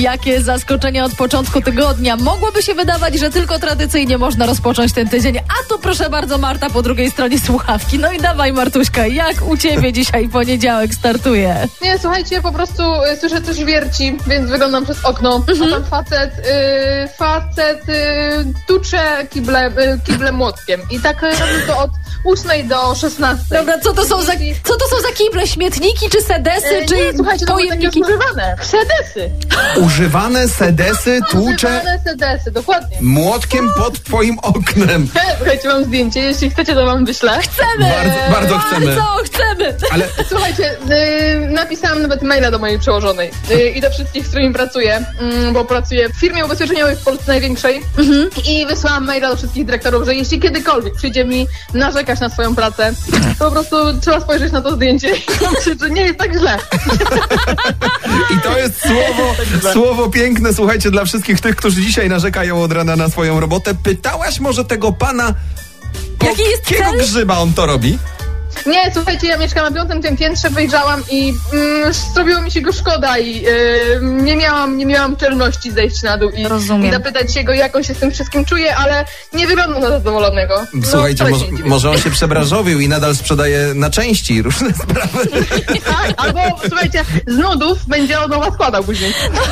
Jakie zaskoczenia od początku tygodnia. Mogłoby się wydawać, że tylko tradycyjnie można rozpocząć ten tydzień, a tu proszę bardzo Marta po drugiej stronie słuchawki. No i dawaj Martuśka, jak u ciebie dzisiaj poniedziałek startuje? Nie, słuchajcie, po prostu słyszę coś wierci, więc wyglądam przez okno, a tam facet tucze kiblem młotkiem i tak robił to od 8 do 16. Dobra, co to są za kible? Śmietniki czy sedesy? Czy nie, słuchajcie, to były takie pojemniki? używane. Sedesy. Używane sedesy tłucze Używane sedesy, dokładnie. młotkiem pod twoim oknem. Słuchajcie, mam zdjęcie, jeśli chcecie, to wam wyślę. Chcemy! Bardzo chcemy. Bardzo chcemy! Ale Słuchajcie, napisałam nawet maila do mojej przełożonej i do wszystkich, z którymi pracuję, bo pracuję w firmie ubezpieczeniowej w Polsce największej i wysłałam maila do wszystkich dyrektorów, że jeśli kiedykolwiek przyjdzie mi narzekać na swoją pracę, to po prostu trzeba spojrzeć na to zdjęcie i pomyśleć, że nie jest tak źle. i to jest słowo piękne, słuchajcie, dla wszystkich tych, którzy dzisiaj narzekają od rana na swoją robotę. Pytałaś może tego pana, po Jaki jest jakiego cel? grzyba on to robi? Nie, słuchajcie, ja mieszkam na 5. piętrze, wyjrzałam i zrobiło mi się go szkoda i nie miałam czelności zejść na dół i Rozumiem. zapytać się go, jak on się z tym wszystkim czuje, ale nie wyglądam na zadowolonego. Słuchajcie, wcale się nie dziwię. może on się przebranżowił i nadal sprzedaje na części różne sprawy. Tak, albo słuchajcie, z nudów będzie od nowa składał później.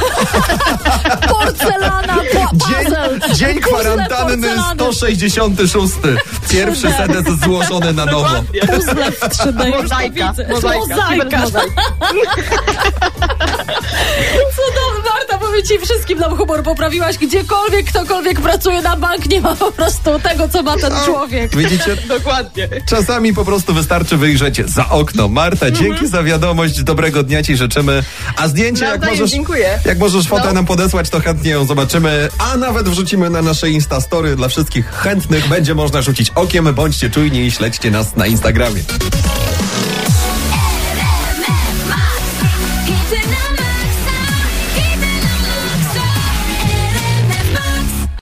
Porcelana, puzzle! Dzień kwarantanny porcelany. 166. Pierwszy sedes złożony na nowo. Puzzle w 3D. Mozaika. Mozaika. Cudownie, Marta, powiem ci, wszystkim nam humor poprawiłaś. Gdziekolwiek, ktokolwiek pracuje na bank, nie ma po prostu tego, co ma ten człowiek. Widzicie? Dokładnie. Czasami po prostu wystarczy wyjrzeć za okno. Marta, dzięki za wiadomość, dobrego dnia ci życzymy. A zdjęcie, Nawzajem, dziękuję. jak możesz fotę No. nam podesłać, to chętnie ją zobaczymy, a nawet wrzucimy na nasze Instastory dla wszystkich chętnych. Będzie można rzucić okiem, bądźcie czujni i śledźcie nas na Instagramie. Hit